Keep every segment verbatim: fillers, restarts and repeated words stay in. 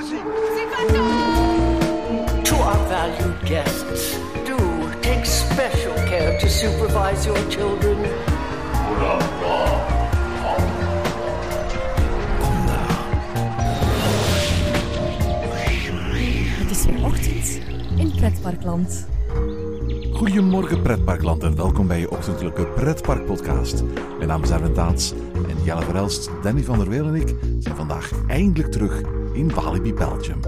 muziek. To our valued guests, do take special care to supervise your children. Het is weer ochtend in Pretparkland. Goedemorgen Pretparkland en welkom bij je ochtendelijke Pretparkpodcast. Mijn naam is Erwin Taats en Jelle Verhelst, Danny van der Weel en ik zijn vandaag eindelijk terug in Walibi Belgium.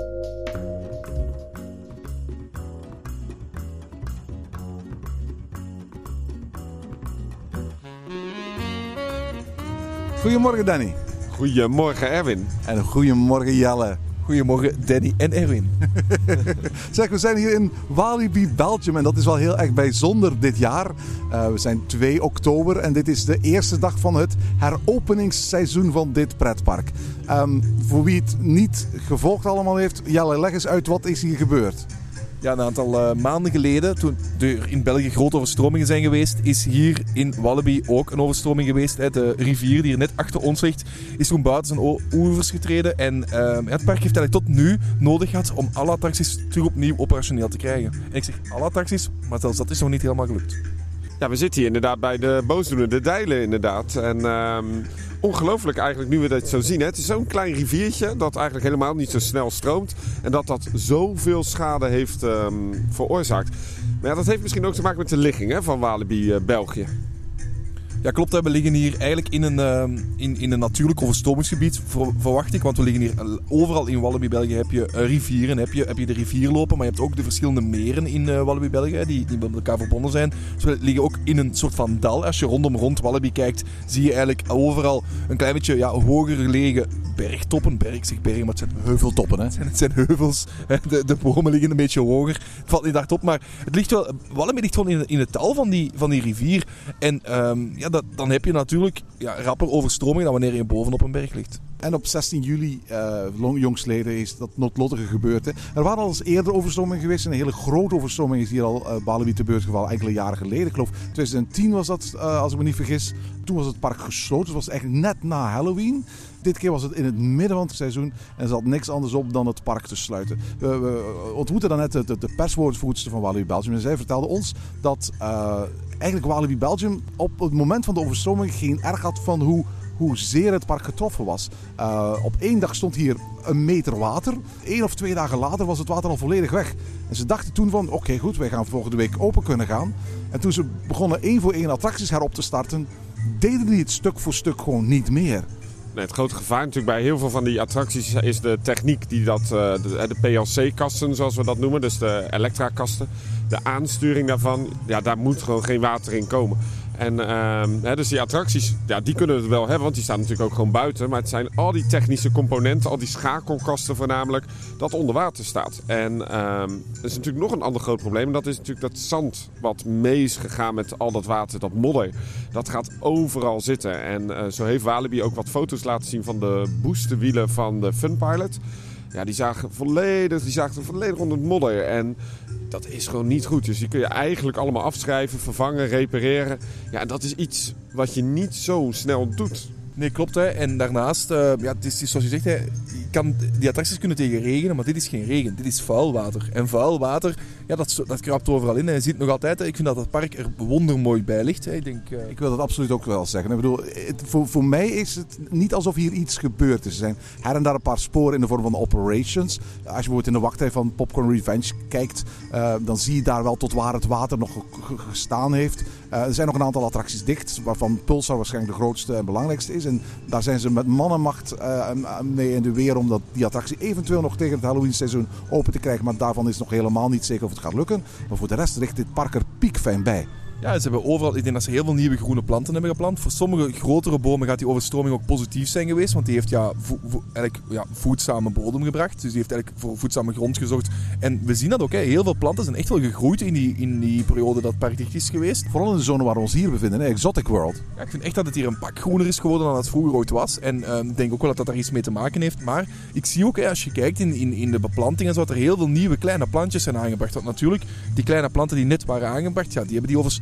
Goedemorgen Danny. Goedemorgen Erwin. En goedemorgen Jelle. Goedemorgen Danny en Erwin. Zeg, we zijn hier in Walibi Belgium en dat is wel heel erg bijzonder dit jaar. Uh, we zijn twee oktober en dit is de eerste dag van het heropeningsseizoen van dit pretpark. Um, voor wie het niet gevolgd allemaal heeft, Jelle, leg eens uit, wat is hier gebeurd? Ja, een aantal uh, maanden geleden, toen er in België grote overstromingen zijn geweest, is hier in Walibi ook een overstroming geweest. Hè. De rivier die hier net achter ons ligt, is toen buiten zijn oevers getreden. En uh, het park heeft eigenlijk tot nu nodig gehad om alle attracties terug opnieuw operationeel te krijgen. En ik zeg alle attracties, maar zelfs dat is nog niet helemaal gelukt. Ja, we zitten hier inderdaad bij de boosdoener, de Dijlen inderdaad. En uh, ongelooflijk eigenlijk nu we dit zo zien. Hè. Het is zo'n klein riviertje dat eigenlijk helemaal niet zo snel stroomt. En dat dat zoveel schade heeft um, veroorzaakt. Maar ja, dat heeft misschien ook te maken met de ligging hè, van Walibi uh, België. Ja, klopt. Hè. We liggen hier eigenlijk in een, uh, in, in een natuurlijk overstromingsgebied, ver, verwacht ik. Want we liggen hier overal in Walibi België heb je uh, rivieren, heb je, heb je de rivier lopen. Maar je hebt ook de verschillende meren in uh, Walibi België, die, die met elkaar verbonden zijn. Dus we liggen ook in een soort van dal. Als je rondom rond Walibi kijkt, zie je eigenlijk overal een klein beetje ja, hoger gelegen bergtoppen. Berg, ik zeg berg, maar het zijn heuveltoppen. Hè. Het, zijn, het zijn heuvels. De, de bomen liggen een beetje hoger. Het valt niet hard op, maar het ligt wel, Walibi ligt gewoon in, in het dal van die, van die rivier. En um, ja, dat, dan heb je natuurlijk ja, rapper overstroming dan wanneer je bovenop een berg ligt. En op zestien juli, uh, jongstleden, is dat noodlottige gebeurd. Hè. Er waren al eens eerder overstromingen geweest. Een hele grote overstroming is hier al uh, Walibi te beurt gevallen, enkele jaren geleden. Ik geloof twintig tien was dat, uh, als ik me niet vergis. Toen was het park gesloten. Het was eigenlijk net na Halloween. Dit keer was het in het midden van het seizoen en er zat niks anders op dan het park te sluiten. We, we ontmoetten daarnet de, de, de perswoordvoerster van Walibi Belgium en zij vertelde ons dat uh, eigenlijk Walibi Belgium op het moment van de overstroming geen erg had van hoe hoezeer het park getroffen was. Uh, op één dag stond hier een meter water. Eén of twee dagen later was het water al volledig weg. En ze dachten toen van, oké okay, goed, wij gaan volgende week open kunnen gaan. En toen ze begonnen één voor één attracties herop te starten, deden die het stuk voor stuk gewoon niet meer. Nee, het grote gevaar natuurlijk bij heel veel van die attracties is de techniek die dat, de, de P L C-kasten zoals we dat noemen, dus de Elektra-kasten, de aansturing daarvan, ja, daar moet gewoon geen water in komen. En uh, hè, dus die attracties, ja, die kunnen het wel hebben, want die staan natuurlijk ook gewoon buiten. Maar het zijn al die technische componenten, al die schakelkasten voornamelijk, dat onder water staat. En uh, er is natuurlijk nog een ander groot probleem. En dat is natuurlijk dat zand wat mee is gegaan met al dat water, dat modder. Dat gaat overal zitten. En uh, zo heeft Walibi ook wat foto's laten zien van de boosterwielen van de Funpilot. Ja, die zagen volledig, die zagen volledig onder het modder. En dat is gewoon niet goed. Dus die kun je eigenlijk allemaal afschrijven, vervangen, repareren. Ja, en dat is iets wat je niet zo snel doet. Nee, klopt. Hè. En daarnaast, uh, ja, het is, het is zoals je zegt, hè, je kan, die attracties kunnen tegen regenen, maar dit is geen regen. Dit is vuil water. En vuil water, ja, dat, dat krapt overal in. En je ziet nog altijd, hè, ik vind dat het park er wondermooi bij ligt. Hè. Ik, denk, uh... ik wil dat absoluut ook wel zeggen. Ik bedoel, het, voor, voor mij is het niet alsof hier iets gebeurd is. Er zijn her en daar een paar sporen in de vorm van operations. Als je bijvoorbeeld in de wachtrij van Popcorn Revenge kijkt, uh, dan zie je daar wel tot waar het water nog gestaan heeft. Uh, er zijn nog een aantal attracties dicht, waarvan Pulsar waarschijnlijk de grootste en belangrijkste is. En daar zijn ze met man en macht uh, mee in de weer om dat, die attractie eventueel nog tegen het Halloween seizoen open te krijgen. Maar daarvan is nog helemaal niet zeker of het gaat lukken. Maar voor de rest ligt dit park er piekfijn bij. Ja, ze hebben overal, ik denk dat ze heel veel nieuwe groene planten hebben geplant. Voor sommige grotere bomen gaat die overstroming ook positief zijn geweest. Want die heeft ja, vo, vo, eigenlijk, ja, voedzame bodem gebracht. Dus die heeft eigenlijk voor voedzame grond gezorgd. En we zien dat ook. Hè. Heel veel planten zijn echt wel gegroeid in die, in die periode dat het park dicht is geweest. Vooral in de zone waar we ons hier bevinden, hè, Exotic World. Ja, ik vind echt dat het hier een pak groener is geworden dan het vroeger ooit was. En uh, ik denk ook wel dat dat daar iets mee te maken heeft. Maar ik zie ook, hè, als je kijkt in, in, in de beplanting en zo, dat er heel veel nieuwe kleine plantjes zijn aangebracht. Want natuurlijk, die kleine planten die net waren aangebracht, ja, die hebben die overstroming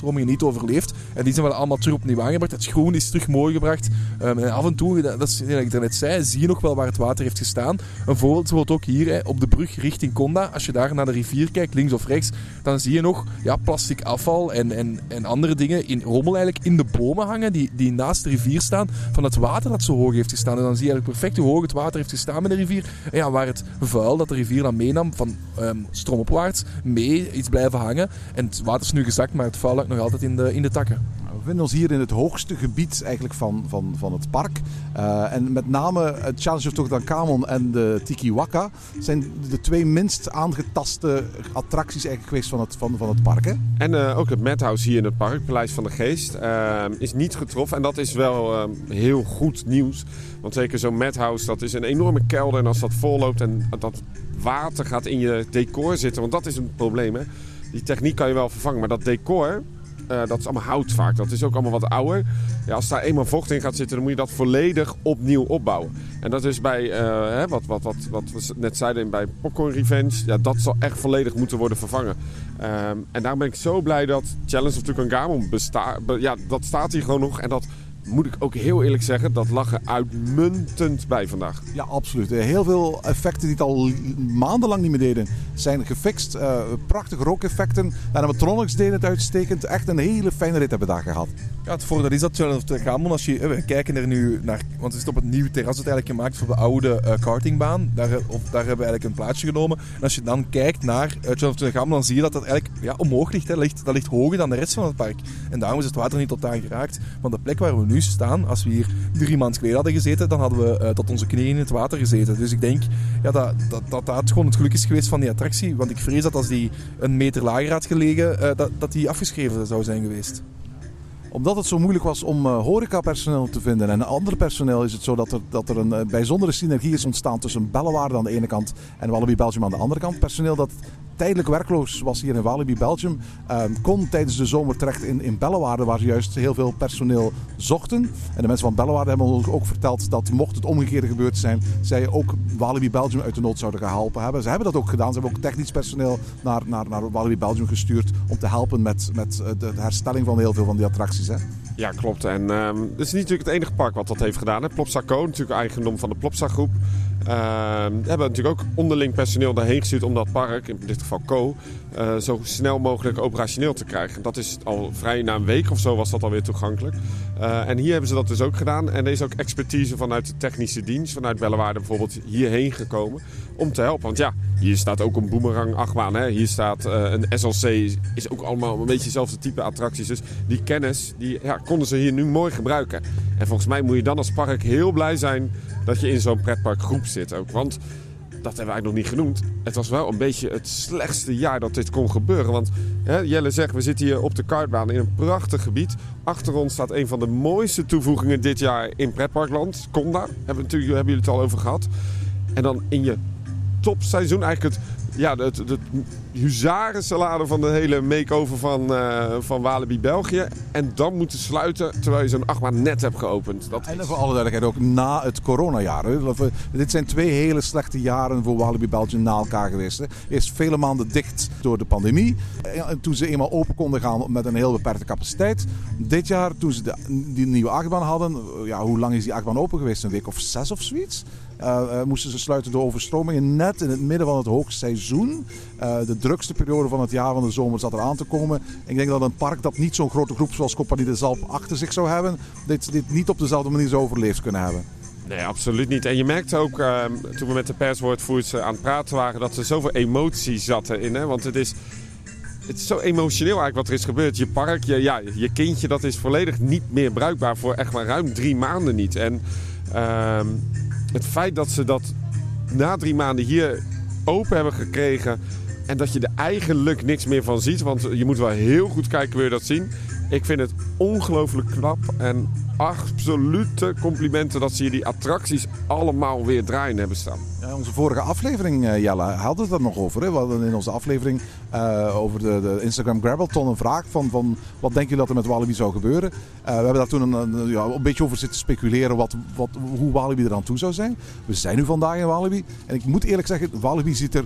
overstromingen niet overleefd. En die zijn wel allemaal terug opnieuw aangebracht. Het groen is terug mooi gebracht. Um, en af en toe, dat is wat ik net zei, zie je nog wel waar het water heeft gestaan. Een voorbeeld wordt ook hier hè, op de brug richting Conda. Als je daar naar de rivier kijkt, links of rechts, dan zie je nog ja, plastic afval en, en, en andere dingen in rommel eigenlijk in de bomen hangen die, die naast de rivier staan van het water dat zo hoog heeft gestaan. En dan zie je eigenlijk perfect hoe hoog het water heeft gestaan met de rivier. En ja, waar het vuil dat de rivier dan meenam van um, stroomopwaarts mee is blijven hangen. En het water is nu gezakt, maar het vuil ligt nog altijd in de, in de takken. We vinden ons hier in het hoogste gebied eigenlijk van, van, van het park. Uh, en met name het Challenge of Tutankhamon en de Tiki Waka zijn de twee minst aangetaste attracties eigenlijk geweest van het, van, van het park. Hè? En uh, ook het Madhouse hier in het park, Paleis van de Geest, uh, is niet getroffen. En dat is wel uh, heel goed nieuws. Want zeker zo'n Madhouse, dat is een enorme kelder. En als dat volloopt en dat water gaat in je decor zitten, want dat is een probleem. Hè? Die techniek kan je wel vervangen, maar dat decor... Uh, dat is allemaal hout vaak. Dat is ook allemaal wat ouder. Ja, als daar eenmaal vocht in gaat zitten, dan moet je dat volledig opnieuw opbouwen. En dat is bij, uh, hè, wat, wat, wat, wat we net zeiden bij Popcorn Revenge, ja, dat zal echt volledig moeten worden vervangen. Um, en daarom ben ik zo blij dat Challenge of Tutankhamon bestaat. Be, ja, dat staat hier gewoon nog. En dat moet ik ook heel eerlijk zeggen, dat lag er uitmuntend bij vandaag. Ja, absoluut. Heel veel effecten die het al maandenlang niet meer deden, zijn gefixt. Uh, prachtige rookeffecten. De animatronics deden het uitstekend. Echt een hele fijne rit hebben we daar gehad. Ja, het voordeel is dat Challenge of Tutankhamon, als je, we kijken er nu naar, want het is op het nieuwe terras het eigenlijk gemaakt voor de oude uh, kartingbaan. Daar, of, daar hebben we eigenlijk een plaatsje genomen. En als je dan kijkt naar uh, Challenge of Tutankhamon, dan zie je dat dat eigenlijk ja, omhoog ligt, hè. Dat ligt. Dat ligt hoger dan de rest van het park. En daarom is het water niet tot aan geraakt. Want de plek waar we nu staan, als we hier drie maanden geleden hadden gezeten, dan hadden we uh, tot onze knieën in het water gezeten. Dus ik denk ja, dat, dat, dat dat gewoon het geluk is geweest van die attractie. Want ik vrees dat als die een meter lager had gelegen, uh, dat, dat die afgeschreven zou zijn geweest. Omdat het zo moeilijk was om uh, horecapersoneel te vinden en ander personeel, is het zo dat er, dat er een uh, bijzondere synergie is ontstaan tussen Bellewaarde aan de ene kant en Walibi Belgium aan de andere kant. Personeel dat tijdelijk werkloos was hier in Walibi Belgium, uh, kon tijdens de zomer terecht in, in Bellewaarde, waar ze juist heel veel personeel zochten. En de mensen van Bellewaarde hebben ons ook verteld dat mocht het omgekeerde gebeurd zijn, zij ook Walibi Belgium uit de nood zouden geholpen hebben. Ze hebben dat ook gedaan. Ze hebben ook technisch personeel naar, naar, naar Walibi Belgium gestuurd om te helpen met, met de herstelling van heel veel van die attracties. Hè? Ja, klopt. En um, het is niet natuurlijk het enige park wat dat heeft gedaan. Hè. Plopsa Co, natuurlijk eigendom van de Plopsa groep. Uh, we hebben natuurlijk ook onderling personeel daarheen gestuurd om dat park, in dit geval Co, uh, zo snel mogelijk operationeel te krijgen. Dat is al vrij na een week of zo was dat alweer toegankelijk. Uh, en hier hebben ze dat dus ook gedaan. En er is ook expertise vanuit de technische dienst, vanuit Bellewaarde bijvoorbeeld, hierheen gekomen om te helpen. Want ja, hier staat ook een boomerang achtbaan. Hè. Hier staat uh, een S L C, is ook allemaal een beetje hetzelfde type attracties. Dus die kennis die, ja, konden ze hier nu mooi gebruiken. En volgens mij moet je dan als park heel blij zijn dat je in zo'n pretparkgroep zit ook. Want dat hebben we eigenlijk nog niet genoemd. Het was wel een beetje het slechtste jaar dat dit kon gebeuren. Want hè, Jelle zegt, we zitten hier op de kartbaan in een prachtig gebied. Achter ons staat een van de mooiste toevoegingen dit jaar in pretparkland. Conda, hebben, we natuurlijk, hebben jullie het al over gehad. En dan in je topseizoen eigenlijk het... Ja, de, de, de huzarensalade van de hele make-over van, uh, van Walibi België. En dan moeten sluiten terwijl je zo'n achtbaan net hebt geopend. Dat en voor alle duidelijkheid ook na het coronajaar. Hè. Dit zijn twee hele slechte jaren voor Walibi Belgium na elkaar geweest. Hè. Eerst vele maanden dicht door de pandemie. En toen ze eenmaal open konden gaan met een heel beperkte capaciteit. Dit jaar, toen ze de, die nieuwe achtbaan hadden. Ja, hoe lang is die achtbaan open geweest? Een week of zes of zoiets? Uh, uh, moesten ze sluiten door overstromingen. Net in het midden van het hoogseizoen. Uh, de drukste periode van het jaar, van de zomer, zat er aan te komen. Ik denk dat een park dat niet zo'n grote groep zoals Compagnie de Zalp achter zich zou hebben, dit, dit niet op dezelfde manier zou overleefd kunnen hebben. Nee, absoluut niet. En je merkte ook, uh, toen we met de perswoordvoerders aan het praten waren, dat er zoveel emotie zat erin. Hè? Want het is... Het is zo emotioneel eigenlijk wat er is gebeurd. Je park, je, ja, je kindje, dat is volledig niet meer bruikbaar voor echt maar ruim drie maanden niet. En uh, het feit dat ze dat na drie maanden hier open hebben gekregen en dat je er eigenlijk niks meer van ziet, want je moet wel heel goed kijken, wil je dat zien. Ik vind het ongelooflijk knap en absolute complimenten dat ze hier die attracties allemaal weer draaien hebben staan. Ja, onze vorige aflevering, uh, Jelle, hadden we het er nog over. Hè? We hadden in onze aflevering uh, over de, de Instagram Grabbleton een vraag van, van wat denken jullie dat er met Walibi zou gebeuren. Uh, we hebben daar toen een, een, ja, een beetje over zitten speculeren wat, wat, hoe Walibi er aan toe zou zijn. We zijn nu vandaag in Walibi en ik moet eerlijk zeggen, Walibi ziet er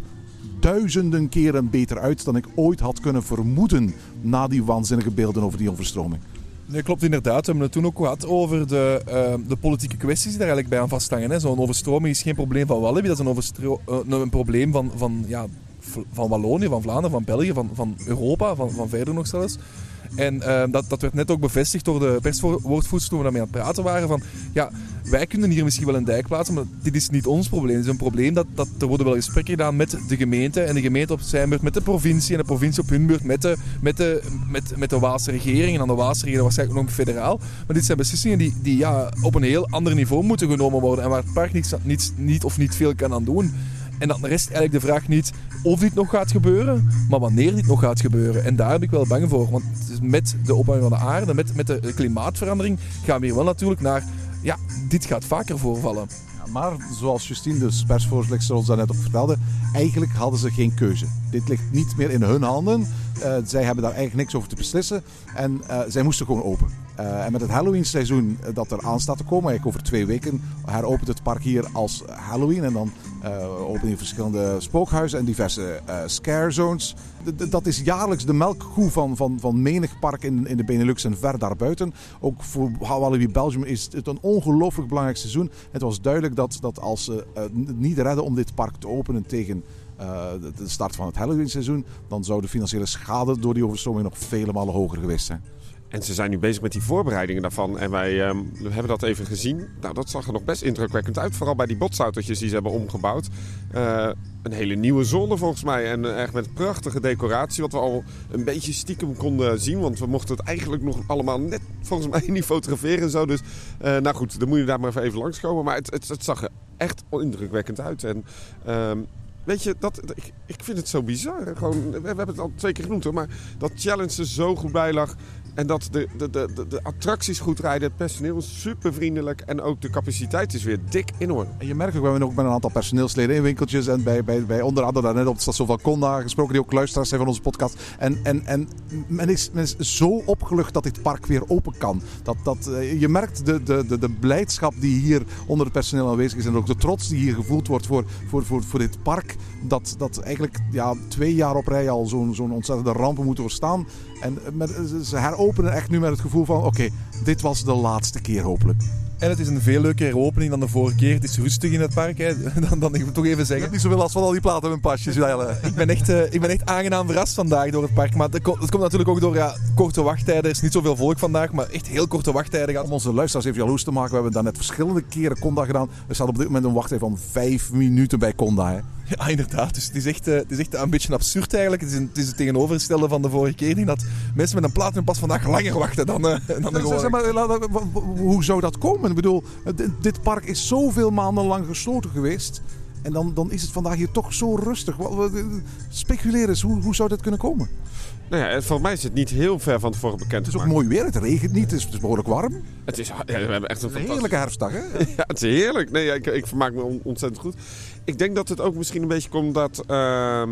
duizenden keren beter uit dan ik ooit had kunnen vermoeden na die waanzinnige beelden over die overstroming. Nee, klopt inderdaad. We hebben het toen ook gehad over de, uh, de politieke kwesties die daar eigenlijk bij aan vasthangen. Hè. Zo'n overstroming is geen probleem van Walibi, dat is een, overstro- uh, een probleem van, van, ja, van Wallonië, van Vlaanderen, van België, van, van Europa, van, van verder nog zelfs. En uh, dat, dat werd net ook bevestigd door de perswoordvoerster toen we daarmee aan het praten waren. Van, ja, wij kunnen hier misschien wel een dijk plaatsen, maar dit is niet ons probleem. Het is een probleem dat, dat er worden wel gesprekken gedaan met de gemeente. En de gemeente op zijn beurt met de provincie. En de provincie op hun beurt met de, met de, met, met de Waalse regering. En aan de Waalse regering waarschijnlijk nog federaal. Maar dit zijn beslissingen die, die ja, op een heel ander niveau moeten genomen worden. En waar het park niets, niets, niet of niet veel kan aan doen. En dan rest eigenlijk de vraag niet of dit nog gaat gebeuren, maar wanneer dit nog gaat gebeuren. En daar heb ik wel bang voor. Want met de opwarming van de aarde, met, met de klimaatverandering, gaan we hier wel natuurlijk naar... Ja, dit gaat vaker voorvallen. Ja, maar zoals Justine, de persvoorzitter, ons daarnet ook vertelde, eigenlijk hadden ze geen keuze. Dit ligt niet meer in hun handen. Uh, zij hebben daar eigenlijk niks over te beslissen. En uh, zij moesten gewoon open. Uh, en met het Halloween seizoen dat er aan staat te komen, eigenlijk over twee weken, heropent het park hier als Halloween. En dan uh, openen hier verschillende spookhuizen en diverse uh, scare zones. D- d- dat is jaarlijks de melkkoe van, van, van menig park in, in de Benelux en ver daarbuiten. Ook voor Walibi Belgium is het een ongelooflijk belangrijk seizoen. Het was duidelijk dat, dat als ze uh, het niet redden om dit park te openen tegen... Uh, de start van het Halloween seizoen, dan zou de financiële schade door die overstroming nog vele malen hoger geweest zijn. En ze zijn nu bezig met die voorbereidingen daarvan. En wij um, hebben dat even gezien. Nou, dat zag er nog best indrukwekkend uit. Vooral bij die botsautootjes die ze hebben omgebouwd. Uh, een hele nieuwe zone volgens mij. En uh, echt met prachtige decoratie. Wat we al een beetje stiekem konden zien. Want we mochten het eigenlijk nog allemaal net volgens mij niet fotograferen en zo. Dus uh, nou goed, dan moet je daar maar even langskomen. Maar het, het, het zag er echt indrukwekkend uit. En... Um, Weet je, dat, ik, ik vind het zo bizar. Gewoon, we, we hebben het al twee keer genoemd hoor. Maar dat Challenge er zo goed bij lag. En dat de, de, de, de attracties goed rijden. Het personeel is super vriendelijk. En ook de capaciteit is weer dik in orde. En je merkt ook, we hebben ook met een aantal personeelsleden in winkeltjes. En bij, bij, bij onder andere daarnet op het station van Conda gesproken. Die ook luisteraars zijn van onze podcast. En, en, en men, is, men is zo opgelucht dat dit park weer open kan. Dat, dat, je merkt de, de, de, de blijdschap die hier onder het personeel aanwezig is. En ook de trots die hier gevoeld wordt voor, voor, voor, voor dit park. Dat, dat eigenlijk ja, twee jaar op rij al zo'n, zo'n ontzettende rampen moeten doorstaan. En met, ze heropenen echt nu met het gevoel van... Oké, okay, dit was de laatste keer hopelijk. En het is een veel leukere opening dan de vorige keer. Het is rustig in het park, hè. Dan, dan ik moet toch even zeggen. Je hebt niet zoveel last van al die platen en pasjes. ik, ben echt, uh, ik ben echt aangenaam verrast vandaag door het park. Maar het, het komt natuurlijk ook door ja, korte wachttijden. Er is niet zoveel volk vandaag, maar echt heel korte wachttijden gehad. Om onze luisteraars even jaloers te maken. We hebben daarnet verschillende keren Conda gedaan. Er staat op dit moment een wachttijd van vijf minuten bij Conda, hè. Ja, inderdaad. Dus het is echt, uh, het is echt een beetje absurd eigenlijk. Het is, een, het is het tegenovergestelde van de vorige keer. Ik denk dat mensen met een platinumpas vandaag langer wachten dan, uh, dan de gewone. Zeg maar, hoe zou dat komen? Ik bedoel, dit park is zoveel maanden lang gesloten geweest. En dan, dan is het vandaag hier toch zo rustig. Speculeer eens, hoe, hoe zou dat kunnen komen? Nou ja, voor mij is het niet heel ver van tevoren bekend. Het is ook mooi weer, het regent niet, het is, het is behoorlijk warm. Het is, ja, we hebben echt een, een heerlijke herfstdag, hè? Ja, het is heerlijk. Nee, ja, ik, ik vermaak me ontzettend goed. Ik denk dat het ook misschien een beetje komt dat... Uh,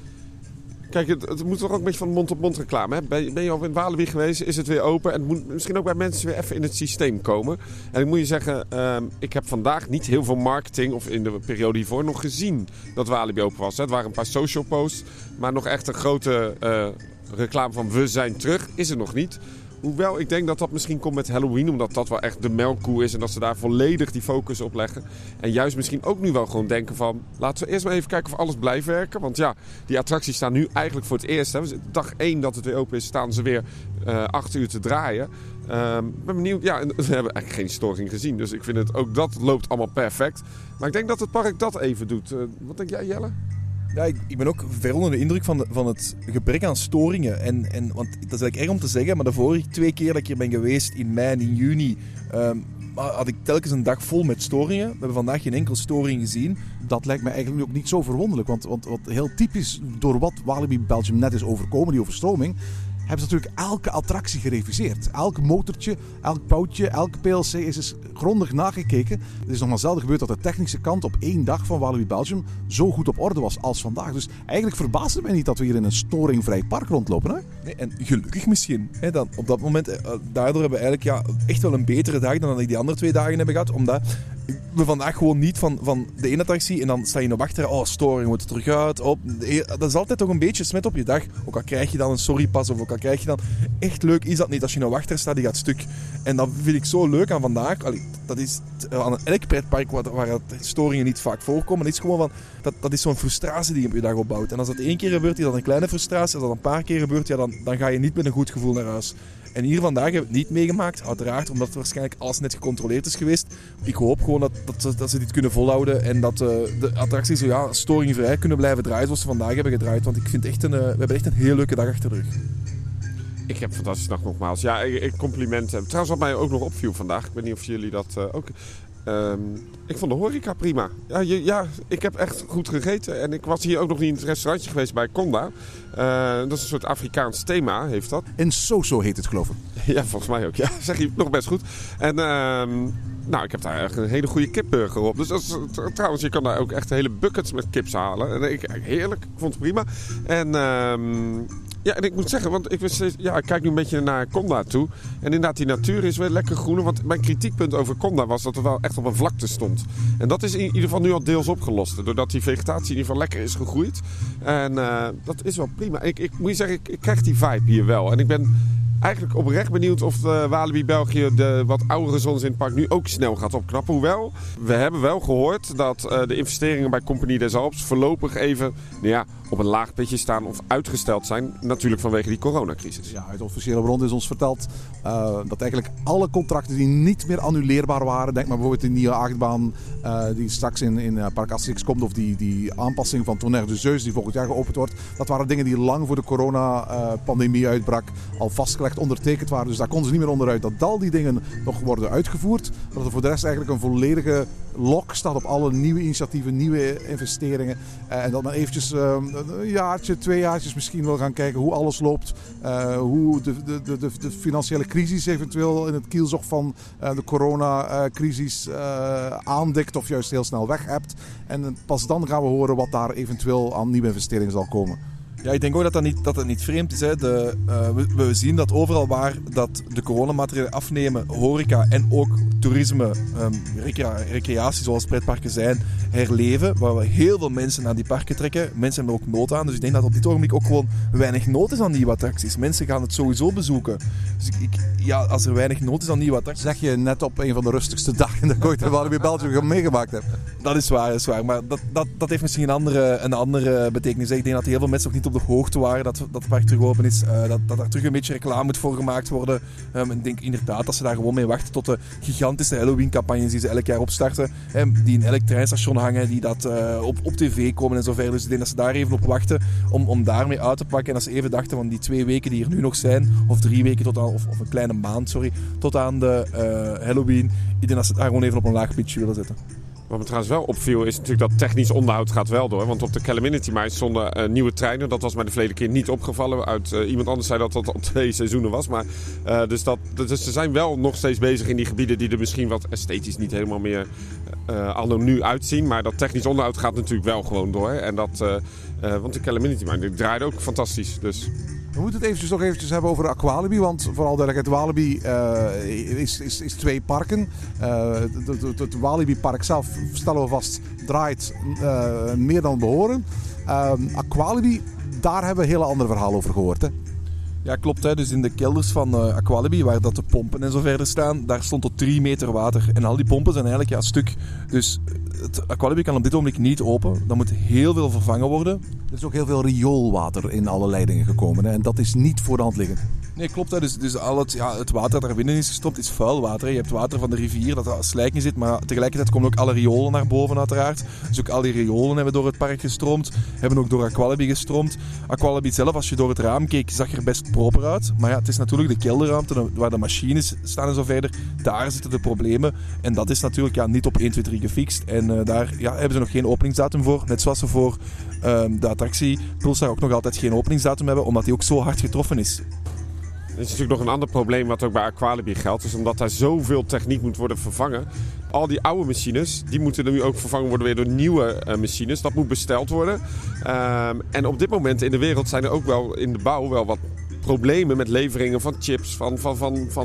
kijk, het, het moet toch ook een beetje van mond-op-mond reclame. Hè? Ben, ben je al in Walibi geweest, is het weer open. En het moet misschien ook bij mensen weer even in het systeem komen. En ik moet je zeggen, uh, ik heb vandaag niet heel veel marketing... of in de periode hiervoor nog gezien dat Walibi open was. Hè? Het waren een paar social posts, maar nog echt een grote... Uh, reclame van we zijn terug is er nog niet. Hoewel ik denk dat dat misschien komt met Halloween. Omdat dat wel echt de melkkoe is. En dat ze daar volledig die focus op leggen. En juist misschien ook nu wel gewoon denken van... Laten we eerst maar even kijken of alles blijft werken. Want ja, die attracties staan nu eigenlijk voor het eerst. Hè. Dag één dat het weer open is, staan ze weer uh, acht uur te draaien. Ik uh, ben benieuwd. Ja, en we hebben eigenlijk geen storing gezien. Dus ik vind het ook dat loopt allemaal perfect. Maar ik denk dat het park dat even doet. Uh, wat denk jij, Jelle? Ja, ik, ik ben ook ver onder de indruk van, de, van het gebrek aan storingen. En, en, want dat is eigenlijk erg om te zeggen, maar de vorige twee keer dat ik hier ben geweest, in mei en in juni, um, had ik telkens een dag vol met storingen. We hebben vandaag geen enkele storing gezien. Dat lijkt me eigenlijk ook niet zo verwonderlijk, want, want wat heel typisch door wat Walibi Belgium net is overkomen, die overstroming, hebben ze natuurlijk elke attractie gereviseerd. Elk motortje, elk poutje, elke P L C is dus grondig nagekeken. Het is nog maar zelden gebeurd dat de technische kant op één dag van Walibi Belgium zo goed op orde was als vandaag. Dus eigenlijk verbaast het mij niet dat we hier in een storingvrij park rondlopen. Hè? Nee, en gelukkig misschien. Hè, dan op dat moment, daardoor hebben we eigenlijk ja, echt wel een betere dag dan dat ik die andere twee dagen hebben gehad. Omdat ik ben vandaag gewoon niet van, van de ene attractie en dan sta je nog achter. Oh, storing, we moeten terug uit. Op. Dat is altijd toch een beetje smet op je dag. Ook al krijg je dan een sorrypas of ook al krijg je dan... Echt leuk is dat niet. Als je nog achter staat, die gaat stuk. En dat vind ik zo leuk aan vandaag. Allee, dat is aan elk pretpark waar, waar storingen niet vaak voorkomen. Dat is gewoon van... Dat, dat is zo'n frustratie die je op je dag opbouwt. En als dat één keer gebeurt, is dat een kleine frustratie. Als dat een paar keer gebeurt, ja, dan, dan ga je niet met een goed gevoel naar huis. En hier vandaag hebben we het niet meegemaakt, uiteraard, omdat het waarschijnlijk alles net gecontroleerd is geweest. Ik hoop gewoon dat, dat, dat ze dit kunnen volhouden en dat uh, de attracties zo, ja, storingvrij kunnen blijven draaien zoals ze vandaag hebben gedraaid. Want ik vind echt een, uh, we hebben echt een heel leuke dag achter de rug. Ik heb een fantastische dag nogmaals. Ja, ik, ik complimenten. Trouwens, wat mij ook nog opviel vandaag, ik weet niet of jullie dat uh, ook... Um, ik vond de horeca prima. Ja, je, ja, ik heb echt goed gegeten. En ik was hier ook nog niet in het restaurantje geweest bij Conda. Uh, dat is een soort Afrikaans thema, heeft dat. In Soso heet het, geloof ik. Ja, volgens mij ook. Ja, zeg je nog best goed. En uh, nou, ik heb daar echt een hele goede kipburger op. Dus dat is, trouwens, je kan daar ook echt hele buckets met kips halen. En ik, heerlijk, ik vond het prima. En... Uh, Ja, en ik moet zeggen, want ik, wist, ja, ik kijk nu een beetje naar Conda toe. En inderdaad, die natuur is weer lekker groen. Want mijn kritiekpunt over Conda was dat er wel echt op een vlakte stond. En dat is in ieder geval nu al deels opgelost. Doordat die vegetatie in ieder geval lekker is gegroeid. En uh, dat is wel prima. Ik, ik moet je zeggen, ik, ik krijg die vibe hier wel. En ik ben eigenlijk oprecht benieuwd of de Walibi België de wat oudere zones in het park nu ook snel gaat opknappen. Hoewel, we hebben wel gehoord dat uh, de investeringen bij Compagnie des Alpes voorlopig even nou ja, op een laag pitje staan of uitgesteld zijn. Natuurlijk vanwege die coronacrisis. Ja, uit officiële bron is ons verteld uh, dat eigenlijk alle contracten die niet meer annuleerbaar waren, denk maar bijvoorbeeld de nieuwe achtbaan uh, die straks in, in uh, Parc Asterix komt of die, die aanpassing van Tonnerre de Zeus die volgend jaar geopend wordt. Dat waren dingen die lang voor de corona-pandemie uh, uitbrak al vastgelegd ondertekend waren. Dus daar konden ze niet meer onderuit dat al die dingen nog worden uitgevoerd. Dat er voor de rest eigenlijk een volledige lok staat op alle nieuwe initiatieven, nieuwe investeringen. Uh, en dat men eventjes uh, een jaartje, twee jaartjes misschien wil gaan kijken hoe alles loopt. Uh, hoe de, de, de, de, de financiële crisis eventueel in het kielzog van uh, de coronacrisis uh, aandikt of juist heel snel weg hebt. En pas dan gaan we horen wat daar eventueel aan nieuwe investeringen zal komen. Ja, ik denk ook dat dat niet, dat het niet vreemd is. Hè. De, uh, we, we zien dat overal waar dat de coronamaatregelen afnemen, horeca en ook toerisme, um, recrea- recreatie zoals pretparken zijn, herleven. Waar we heel veel mensen naar die parken trekken. Mensen hebben er ook nood aan. Dus ik denk dat op dit ogenblik ook gewoon weinig nood is aan nieuwe attracties. Mensen gaan het sowieso bezoeken. Dus ik, ik, ja, als er weinig nood is aan nieuwe attracties... Zeg je net op een van de rustigste dagen dat ik ooit in Walibi België meegemaakt heb. Dat is waar, dat is waar. Maar dat, dat, dat heeft misschien een andere, een andere betekenis. Ik denk dat heel veel mensen ook niet op de hoogte waren dat, dat het park terug open is. Uh, dat, dat er terug een beetje reclame moet voor gemaakt worden. Um, ik denk inderdaad dat ze daar gewoon mee wachten tot de gigantische Halloween-campagnes die ze elk jaar opstarten. Um, die in elk treinstation hangen, die dat uh, op, op tv komen en zo verder. Dus ik denk dat ze daar even op wachten om, om daarmee uit te pakken. En dat ze even dachten van die twee weken die er nu nog zijn, of drie weken tot aan, of, of een kleine maand, sorry, tot aan de uh, Halloween. Ik denk dat ze het daar gewoon even op een laag pitje willen zetten. Wat me trouwens wel opviel is natuurlijk dat technisch onderhoud gaat wel door. Want op de Calamity Mine stonden uh, nieuwe treinen. Dat was mij de verleden keer niet opgevallen. Uit, uh, iemand anders zei dat dat al twee seizoenen was. Maar, uh, dus, dat, dus ze zijn wel nog steeds bezig in die gebieden die er misschien wat esthetisch niet helemaal meer uh, anno nu uitzien. Maar dat technisch onderhoud gaat natuurlijk wel gewoon door. En dat, uh, uh, want de Calamity Mine die draaide ook fantastisch. Dus... We moeten het eventjes nog eventjes hebben over Aqualibi, want vooral duidelijkheid, Walibi uh, is, is, is twee parken. Uh, het Walibi park zelf, stellen we vast, draait uh, meer dan behoren. Uh, Aqualibi, daar hebben we een hele ander verhaal over gehoord, hè? Ja, klopt. Hè. Dus in de kelders van uh, Aqualibi, waar dat de pompen en zo verder staan, daar stond tot drie meter water. En al die pompen zijn eigenlijk ja, stuk. Dus het Aqualibi kan op dit moment niet open. Dan moet heel veel vervangen worden. Er is ook heel veel rioolwater in alle leidingen gekomen. Hè? En dat is niet voor de hand liggend. Nee, klopt. Hè. Dus, dus al het, ja, het water dat daar binnen is gestopt is vuil water. Hè. Je hebt water van de rivier dat als slijk in zit. Maar tegelijkertijd komen ook alle riolen naar boven uiteraard. Dus ook al die riolen hebben door het park gestroomd. Hebben ook door Aqualibi gestroomd. Aqualibi zelf, als je door het raam keek, zag er best proper uit. Maar ja, het is natuurlijk de kelderruimte waar de machines staan en zo verder. Daar zitten de problemen. En dat is natuurlijk ja, niet op één, twee, drie gefixt. En uh, daar ja, hebben ze nog geen openingsdatum voor. Net zoals ze voor um, de attractie Pulsar ook nog altijd geen openingsdatum hebben. Omdat die ook zo hard getroffen is. Er is natuurlijk nog een ander probleem wat ook bij Aqualibi geldt. Dus omdat daar zoveel techniek moet worden vervangen. Al die oude machines, die moeten nu ook vervangen worden weer door nieuwe uh, machines. Dat moet besteld worden. Um, en op dit moment in de wereld zijn er ook wel in de bouw wel wat problemen met leveringen van chips, van, van, van, van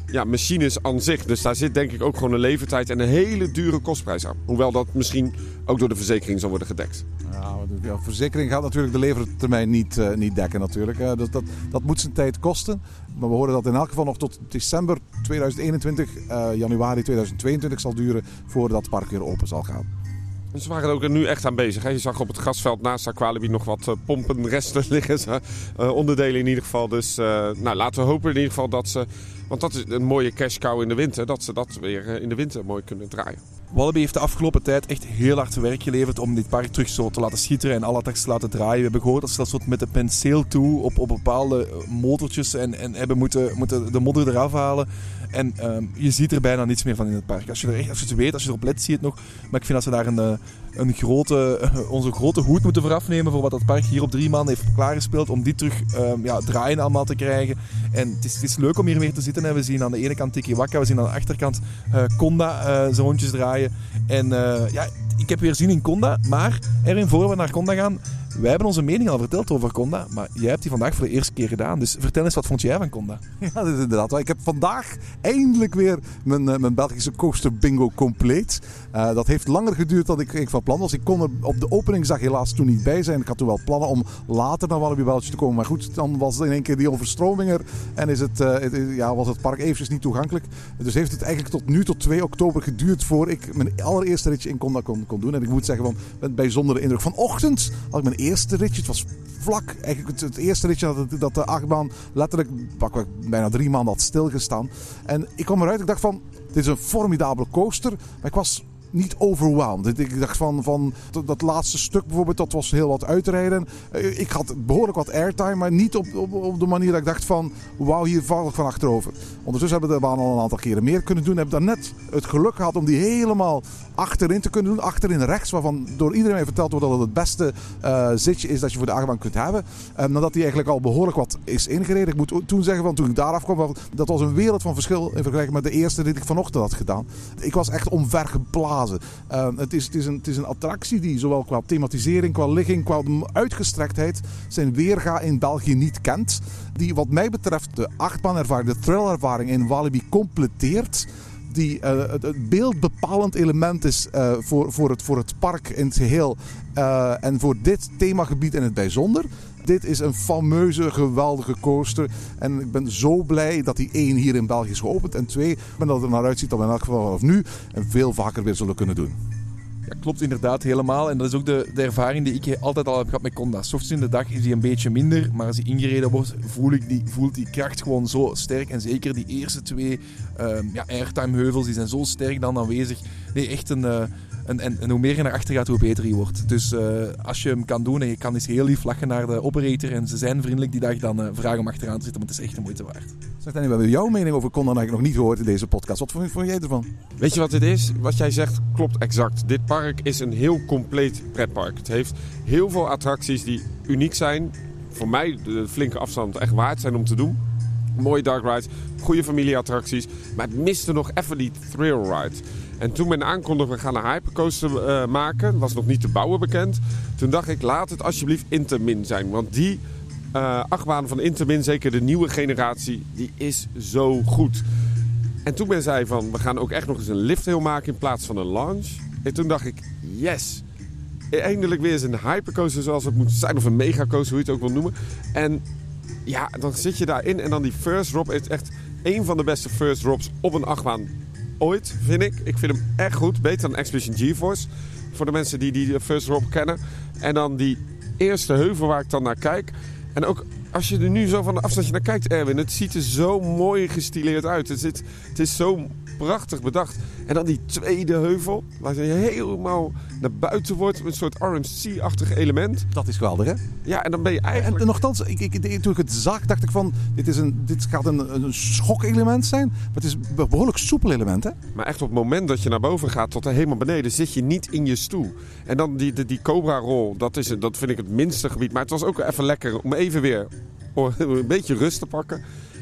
ja, machines aan zich. Dus daar zit denk ik ook gewoon een levertijd en een hele dure kostprijs aan. Hoewel dat misschien ook door de verzekering zal worden gedekt. Ja, de verzekering gaat natuurlijk de levertermijn niet, uh, niet dekken natuurlijk. Uh, dat, dat, dat moet zijn tijd kosten. Maar we horen dat in elk geval nog tot december tweeduizend eenentwintig, uh, januari tweeduizend tweeëntwintig zal duren voordat het park weer open zal gaan. Ze waren er ook nu echt aan bezig. Hè? Je zag op het grasveld naast Aqualibi nog wat uh, pompenresten liggen. Uh, onderdelen in ieder geval. Dus uh, nou, laten we hopen in ieder geval dat ze... Want dat is een mooie cash cow in de winter. Dat ze dat weer uh, in de winter mooi kunnen draaien. Walibi heeft de afgelopen tijd echt heel hard werk geleverd om dit park terug zo te laten schitteren en alle attracties te laten draaien. We hebben gehoord dat ze dat soort met de penseel toe op, op bepaalde motortjes en, en hebben moeten, moeten de modder eraf halen. En um, je ziet er bijna niets meer van in het park. Als je, er echt, als je het weet, als je erop let, zie je het nog. Maar ik vind dat ze daar een, een grote, onze grote hoed moeten voor afnemen voor wat dat park hier op drie maanden heeft klaargespeeld. Om die terug um, ja, draaien allemaal te krijgen. En het is, het is leuk om hier weer te zitten. En we zien aan de ene kant Tiki Waka, we zien aan de achterkant uh, Conda uh, zijn rondjes draaien. En uh, ja, ik heb weer zin in Conda. Maar Erwin, voor we naar Conda gaan, wij hebben onze mening al verteld over Conda. Maar jij hebt die vandaag voor de eerste keer gedaan. Dus vertel eens, wat vond jij van Conda? Ja, dat is inderdaad. Ik heb vandaag eindelijk weer mijn, uh, mijn Belgische coaster bingo compleet. Uh, dat heeft langer geduurd dan ik, ik van plan was. Ik kon er op de openingsdag helaas toen niet bij zijn. Ik had toen wel plannen om later naar Walibi België te komen. Maar goed, dan was in één keer die overstroming er. En is het, uh, het, ja, was het park eventjes niet toegankelijk. Dus heeft het eigenlijk tot nu, tot twee oktober geduurd voor ik mijn allereerste ritje in Conda kon, kon doen. En ik moet zeggen, van, met bijzondere indruk. Vanochtend had ik mijn eerste ritje. Het was vlak. Eigenlijk het, het eerste ritje dat, dat de achtbaan letterlijk pakweg bijna drie maanden had stilgestaan. En ik kwam eruit. Ik dacht van, dit is een formidabele coaster. Maar ik was niet overwhelmed. Ik dacht van, van dat, dat laatste stuk bijvoorbeeld, dat was heel wat uitrijden. Ik had behoorlijk wat airtime, maar niet op, op, op de manier dat ik dacht van, wauw, hier val ik van achterover. Ondertussen hebben we de baan al een aantal keren meer kunnen doen. Hebben daar net het geluk gehad om die helemaal achterin te kunnen doen. Achterin rechts, waarvan door iedereen mij verteld wordt dat het het beste uh, zitje is dat je voor de achtbaan kunt hebben. Um, nadat die eigenlijk al behoorlijk wat is ingereden. Ik moet toen zeggen, van toen ik daar afkwam, dat was een wereld van verschil in vergelijking met de eerste die ik vanochtend had gedaan. Ik was echt omvergeblazen. Uh, het, is, het, is een, het is een attractie die zowel qua thematisering, qua ligging, qua uitgestrektheid zijn weerga in België niet kent. Die wat mij betreft de achtbaanervaring, de thrillerervaring in Walibi completeert. Die uh, het, het beeldbepalend element is uh, voor, voor, het, voor het park in het geheel. Uh, en voor dit themagebied in het bijzonder. Dit is een fameuze, geweldige coaster. En ik ben zo blij dat die één hier in België is geopend. En twee, dat het er naar uitziet dat we in elk geval vanaf nu en veel vaker weer zullen kunnen doen. Ja, klopt inderdaad helemaal. En dat is ook de, de ervaring die ik altijd al heb gehad met Conda. 's Ochtends in de dag is die een beetje minder. Maar als die ingereden wordt, voel ik die, voelt die kracht gewoon zo sterk. En zeker die eerste twee um, ja, airtime heuvels, die zijn zo sterk dan aanwezig. Nee, echt een... Uh, En, en, en hoe meer je naar achter gaat, hoe beter hij wordt. Dus uh, als je hem kan doen en je kan eens heel lief lachen naar de operator en ze zijn vriendelijk die dag, dan uh, vraag om achteraan te zitten, want het is echt de moeite waard. Zeg Danny, we hebben jouw mening over Conda eigenlijk nog niet gehoord in deze podcast. Wat vond, vond jij ervan? Weet je wat dit is? Wat jij zegt klopt exact. Dit park is een heel compleet pretpark. Het heeft heel veel attracties die uniek zijn. Voor mij de flinke afstand echt waard zijn om te doen. Mooie dark rides, goede familieattracties. Maar het miste nog even die thrill ride. En toen men aankondigde, we gaan een hypercoaster uh, maken. Was nog niet te bouwen bekend. Toen dacht ik, laat het alsjeblieft Intamin zijn. Want die uh, achtbaan van Intamin, zeker de nieuwe generatie, die is zo goed. En toen men zei van, we gaan ook echt nog eens een lifthill maken in plaats van een lounge. En toen dacht ik, yes. Eindelijk weer eens een hypercoaster zoals het moet zijn. Of een megacoaster, hoe je het ook wil noemen. En ja, dan zit je daarin en dan die first drop is echt een van de beste first drops op een achtbaan ooit, vind ik. Ik vind hem echt goed. Beter dan Expedition GeForce. Voor de mensen die die first drop kennen. En dan die eerste heuvel waar ik dan naar kijk. En ook als je er nu zo van de afstandje naar kijkt, Erwin. Het ziet er zo mooi gestileerd uit. Het, zit, het is zo prachtig bedacht. En dan die tweede heuvel. Waar je helemaal naar buiten wordt. Een soort R M C-achtig element. Dat is geweldig, hè? Ja, en dan ben je eigenlijk... En, en nogthans, ik, ik, toen ik het zag, dacht ik van... Dit, is een, dit gaat een, een schokelement zijn. Maar het is een behoorlijk soepel element, hè? Maar echt op het moment dat je naar boven gaat tot er helemaal beneden, zit je niet in je stoel. En dan die, die, die Cobra-rol, dat, is, dat vind ik het minste gebied. Maar het was ook even lekker om even weer een beetje rust te pakken.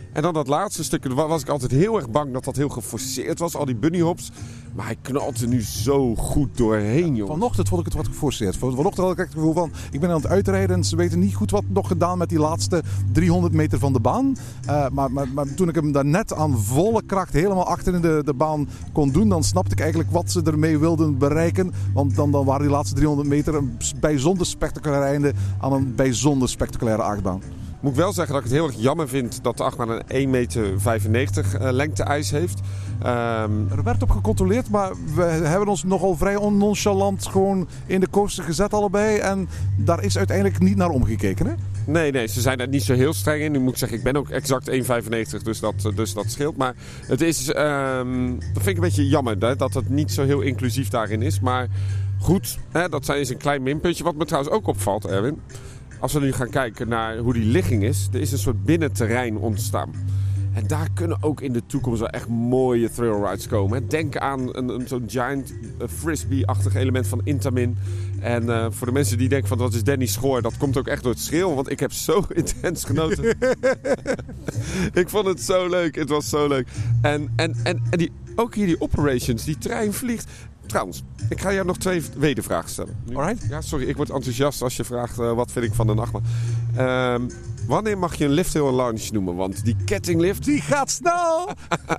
En dan dat laatste stuk, was ik altijd heel erg bang dat dat heel geforceerd was, al die bunnyhops. Maar hij knalt er nu zo goed doorheen, joh. Vanochtend vond ik het wat geforceerd. Vanochtend had ik echt het gevoel van, ik ben aan het uitrijden en ze weten niet goed wat nog gedaan met die laatste driehonderd meter van de baan. Uh, maar, maar, maar toen ik hem daar net aan volle kracht helemaal achter in de, de baan kon doen, dan snapte ik eigenlijk wat ze ermee wilden bereiken. Want dan, dan waren die laatste driehonderd meter een bijzonder spectaculair einde aan een bijzonder spectaculaire achtbaan. Moet ik wel zeggen dat ik het heel erg jammer vind dat de achtbaan een één meter vijfennegentig uh, lengte-ijs heeft. Um... Er werd op gecontroleerd, maar we hebben ons nogal vrij nonchalant gewoon in de coaster gezet allebei. En daar is uiteindelijk niet naar omgekeken, hè? Nee, nee, ze zijn er niet zo heel streng in. Nu moet ik zeggen, ik ben ook exact één vijfennegentig, dus dat, dus dat scheelt. Maar het is, um, dat vind ik een beetje jammer, hè, dat het niet zo heel inclusief daarin is. Maar goed, hè, dat is een klein minpuntje. Wat me trouwens ook opvalt, Erwin. Als we nu gaan kijken naar hoe die ligging is, er is een soort binnenterrein ontstaan. En daar kunnen ook in de toekomst wel echt mooie thrill rides komen. Denk aan een, een, zo'n giant uh, frisbee-achtig element van Intamin. En uh, voor de mensen die denken van dat is Danny Schoor, dat komt ook echt door het schreeuwen. Want ik heb zo intens genoten. Ik vond het zo leuk. Het was zo leuk. En, en, en, en die, ook hier die operations, die trein vliegt. Trouwens, ik ga jou nog twee wedervragen stellen. Alright. Ja, sorry, ik word enthousiast als je vraagt uh, wat vind ik van een achtbaan. Uh, wanneer mag je een lift heel launch noemen? Want die kettinglift, die gaat snel!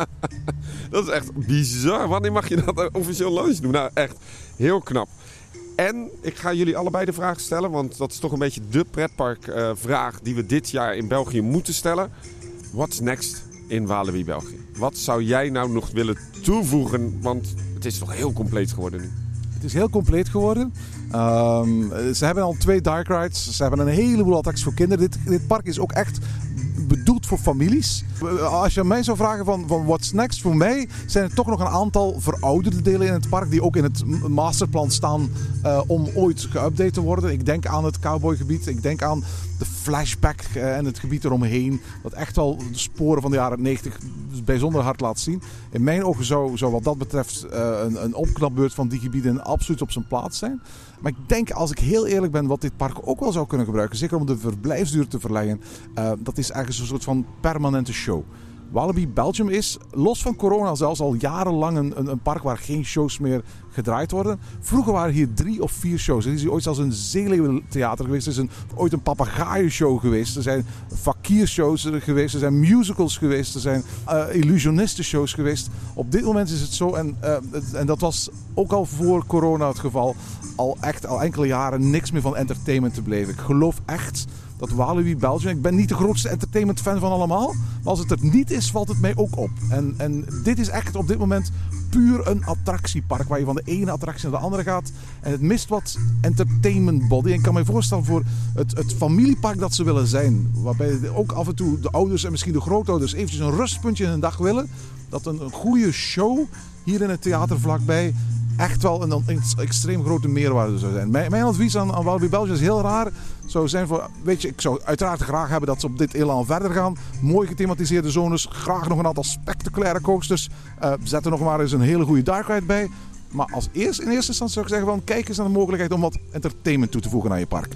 Dat is echt bizar. Wanneer mag je dat officieel launch noemen? Nou, echt heel knap. En ik ga jullie allebei de vraag stellen, want dat is toch een beetje de pretparkvraag uh, die we dit jaar in België moeten stellen. What's next in Walibi België? Wat zou jij nou nog willen toevoegen? Want het is toch heel compleet geworden nu. Het is heel compleet geworden. Um, ze hebben al twee dark rides. Ze hebben een heleboel attracties voor kinderen. Dit, dit park is ook echt bedoeld voor families. Als je mij zou vragen van, van what's next, voor mij zijn er toch nog een aantal verouderde delen in het park die ook in het masterplan staan uh, om ooit geüpdate te worden. Ik denk aan het cowboygebied. Ik denk aan de flashback uh, en het gebied eromheen. Dat echt wel de sporen van de jaren negentig bijzonder hard laat zien. In mijn ogen zou, zou wat dat betreft uh, een, een opknapbeurt van die gebieden absoluut op zijn plaats zijn. Maar ik denk, als ik heel eerlijk ben, wat dit park ook wel zou kunnen gebruiken, zeker om de verblijfsduur te verlengen, uh, dat is ergens een soort van permanente show. Walibi Belgium is, los van corona, zelfs al jarenlang een, een park waar geen shows meer gedraaid worden. Vroeger waren hier drie of vier shows. Er is hier ooit zelfs een zeeleeuwentheater geweest. Er is een, ooit een papegaaien-show geweest. Er zijn fakiershows geweest. Er zijn musicals geweest. Er zijn uh, illusionisten-shows geweest. Op dit moment is het zo, en, uh, en dat was ook al voor corona het geval, al echt al enkele jaren niks meer van entertainment te beleven. Ik geloof echt dat Walibi Belgium, ik ben niet de grootste entertainment fan van allemaal, maar als het er niet is, valt het mij ook op. En, en dit is echt op dit moment puur een attractiepark, waar je van de ene attractie naar de andere gaat. En het mist wat entertainment body. En ik kan me voorstellen voor het, het familiepark dat ze willen zijn, waarbij ook af en toe de ouders en misschien de grootouders eventjes een rustpuntje in hun dag willen, dat een, een goede show hier in het theater vlakbij echt wel een, een extreem grote meerwaarde zou zijn. Mijn, mijn advies aan, aan Walibi Belgium is heel raar. Zou zijn voor, weet je, ik zou uiteraard graag hebben dat ze op dit elan verder gaan. Mooi gethematiseerde zones. Graag nog een aantal spectaculaire coasters. Uh, zet er nog maar eens een hele goede dark ride bij. Maar als eerst, in eerste instantie zou ik zeggen van, kijk eens naar de mogelijkheid om wat entertainment toe te voegen aan je park.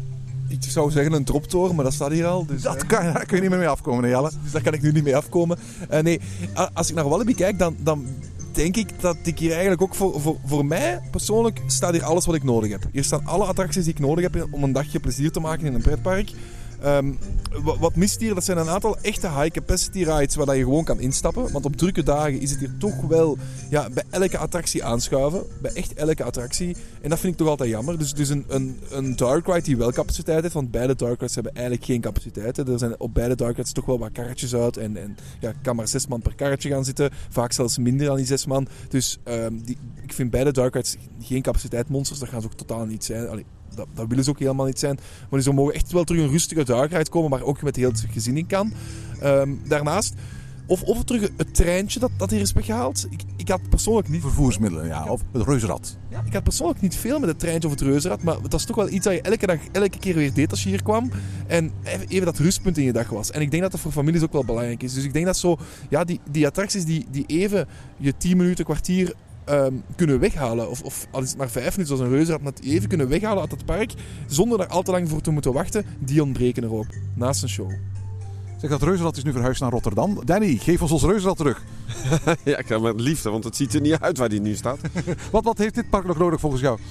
Ik zou zeggen een droptoren, maar dat staat hier al. Dus, dat kan, daar kun je niet meer mee afkomen, hè, Jelle. Dus daar kan ik nu niet mee afkomen. Uh, nee, als ik naar Walibi kijk, dan, dan denk ik dat ik hier eigenlijk ook voor, voor, voor mij persoonlijk staat hier alles wat ik nodig heb. Hier staan alle attracties die ik nodig heb om een dagje plezier te maken in een pretpark. Um, wat, wat mist hier? Dat zijn een aantal echte high-capacity rides waar je gewoon kan instappen. Want op drukke dagen is het hier toch wel ja, bij elke attractie aanschuiven. Bij echt elke attractie. En dat vind ik toch altijd jammer. Dus, dus een, een, een dark ride die wel capaciteit heeft. Want beide dark rides hebben eigenlijk geen capaciteit. Hè. Er zijn op beide dark rides toch wel wat karretjes uit. En, en ja, kan maar zes man per karretje gaan zitten. Vaak zelfs minder dan die zes man. Dus um, die, ik vind beide dark rides geen capaciteitsmonsters. Dat gaan ze ook totaal niet zijn. Allee, Dat, dat willen ze ook helemaal niet zijn. Maar dus er mogen echt wel terug een rustige dark ride komen, maar ook met heel het gezin in kan. Um, daarnaast, of, of terug het treintje dat, dat hier is weggehaald. Ik, ik had persoonlijk niet... Vervoersmiddelen, ja. Of het reuzenrad. Ja, ik had persoonlijk niet veel met het treintje of het reuzenrad, maar dat is toch wel iets dat je elke dag, elke keer weer deed als je hier kwam. En even dat rustpunt in je dag was. En ik denk dat dat voor families ook wel belangrijk is. Dus ik denk dat zo, ja, die, die attracties die, die even je tien minuten, kwartier Um, kunnen weghalen, of, of al is het maar vijf minuten zoals een reuzenrad, dat even kunnen weghalen uit het park, zonder daar al te lang voor te moeten wachten, die ontbreken er ook, naast een show. Zeg, dat reuzenrad is nu verhuisd naar Rotterdam. Danny, geef ons ons reuzenrad terug. Ja, ik ga met liefde, want het ziet er niet uit waar die nu staat. wat, wat heeft dit park nog nodig volgens jou?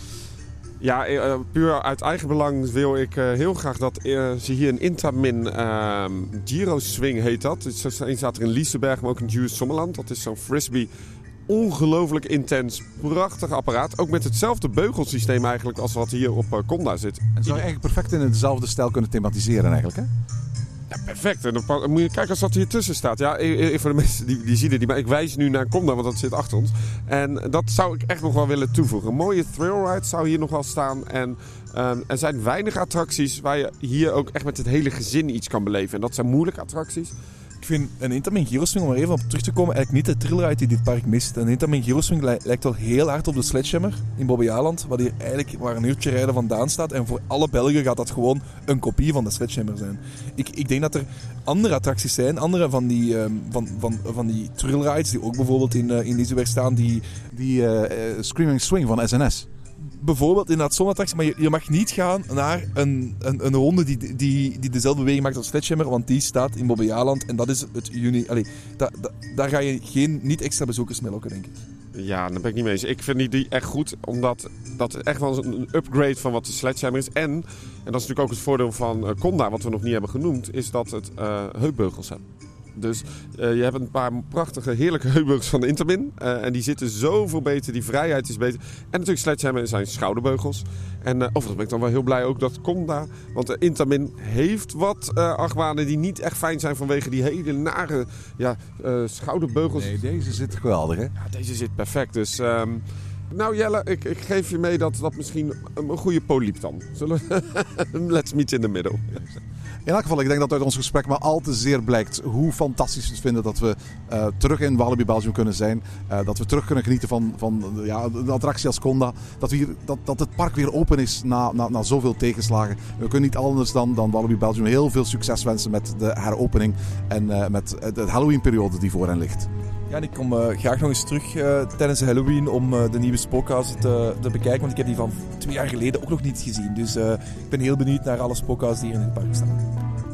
Ja, uh, puur uit eigen belang wil ik uh, heel graag dat uh, ze hier een Intamin uh, Giro Swing heet dat. Dus er staat er in Liseberg, maar ook in Juice Sommerland. Dat is zo'n frisbee. Ongelooflijk intens, prachtig apparaat. Ook met hetzelfde beugelsysteem eigenlijk als wat hier op uh, Conda zit. En zou je eigenlijk perfect in dezelfde stijl kunnen thematiseren eigenlijk, hè? Ja, perfect. En dan moet je kijken als dat hier tussen staat. Ja, voor de mensen die, die zien het niet, maar ik wijs nu naar Conda, want dat zit achter ons. En dat zou ik echt nog wel willen toevoegen. Een mooie thrillride zou hier nog wel staan. En um, er zijn weinig attracties waar je hier ook echt met het hele gezin iets kan beleven. En dat zijn moeilijke attracties. Ik vind een Intamin Gyroswing, om er even op terug te komen, eigenlijk niet de thrillerride die dit park mist. Een Intamin Gyroswing lijkt wel heel hard op de Sledgehammer in Bobbejaanland, wat hier eigenlijk maar een uurtje rijden vandaan staat. En voor alle Belgen gaat dat gewoon een kopie van de Sledgehammer zijn. Ik, ik denk dat er andere attracties zijn, andere van die, um, van, van, van die thrillerrides, die ook bijvoorbeeld in, uh, in Liseberg staan, die... Die uh, uh, Screaming Swing van S N S. Bijvoorbeeld inderdaad zo'n attractie, maar je, je mag niet gaan naar een, een, een ronde die, die, die dezelfde beweging maakt als Sledgehammer, want die staat in Bobbejaanland en dat is het juni. Allee, da, da, daar ga je geen, niet extra bezoekers mee lokken, denk ik. Ja, daar ben ik niet mee eens. Ik vind die, die echt goed, omdat dat echt wel een upgrade van wat de Sledgehammer is. En, en dat is natuurlijk ook het voordeel van uh, Conda, wat we nog niet hebben genoemd, is dat het uh, heupbeugels hebben. Dus uh, je hebt een paar prachtige, heerlijke heupbeugels van de Intamin. Uh, en die zitten zoveel beter, die vrijheid is beter. En natuurlijk Sledgehammer zijn schouderbeugels. En uh, overigens ben ik dan wel heel blij ook dat Conda. Want de Intamin heeft wat uh, achtbanen die niet echt fijn zijn vanwege die hele nare ja, uh, schouderbeugels. Nee, deze zit geweldig, hè? Ja, deze zit perfect. Dus... Um, Nou Jelle, ik, ik geef je mee dat dat misschien een, een goede polyp dan. Zullen we... Let's meet in the middle. In elk geval, ik denk dat uit ons gesprek maar al te zeer blijkt hoe fantastisch we het vinden dat we uh, terug in Walibi Belgium kunnen zijn. Uh, dat we terug kunnen genieten van, van ja, de attractie als Conda. Dat, we hier, dat, dat het park weer open is na, na, na zoveel tegenslagen. We kunnen niet anders dan, dan Walibi Belgium heel veel succes wensen met de heropening. En uh, met de Halloween-periode die voor hen ligt. Ja, en ik kom uh, graag nog eens terug uh, tijdens Halloween om uh, de nieuwe spookhuizen te, te bekijken. Want ik heb die van twee jaar geleden ook nog niet gezien. Dus uh, ik ben heel benieuwd naar alle spookhuizen die hier in het park staan.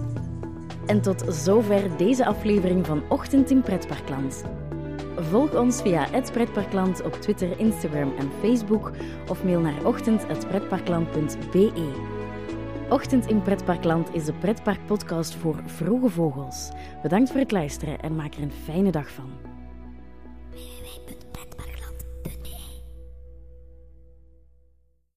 En tot zover deze aflevering van Ochtend in Pretparkland. Volg ons via het pretparkland op Twitter, Instagram en Facebook. Of mail naar ochtend apenstaartje pretparkland punt b e. Ochtend in Pretparkland is de pretparkpodcast voor vroege vogels. Bedankt voor het luisteren en maak er een fijne dag van.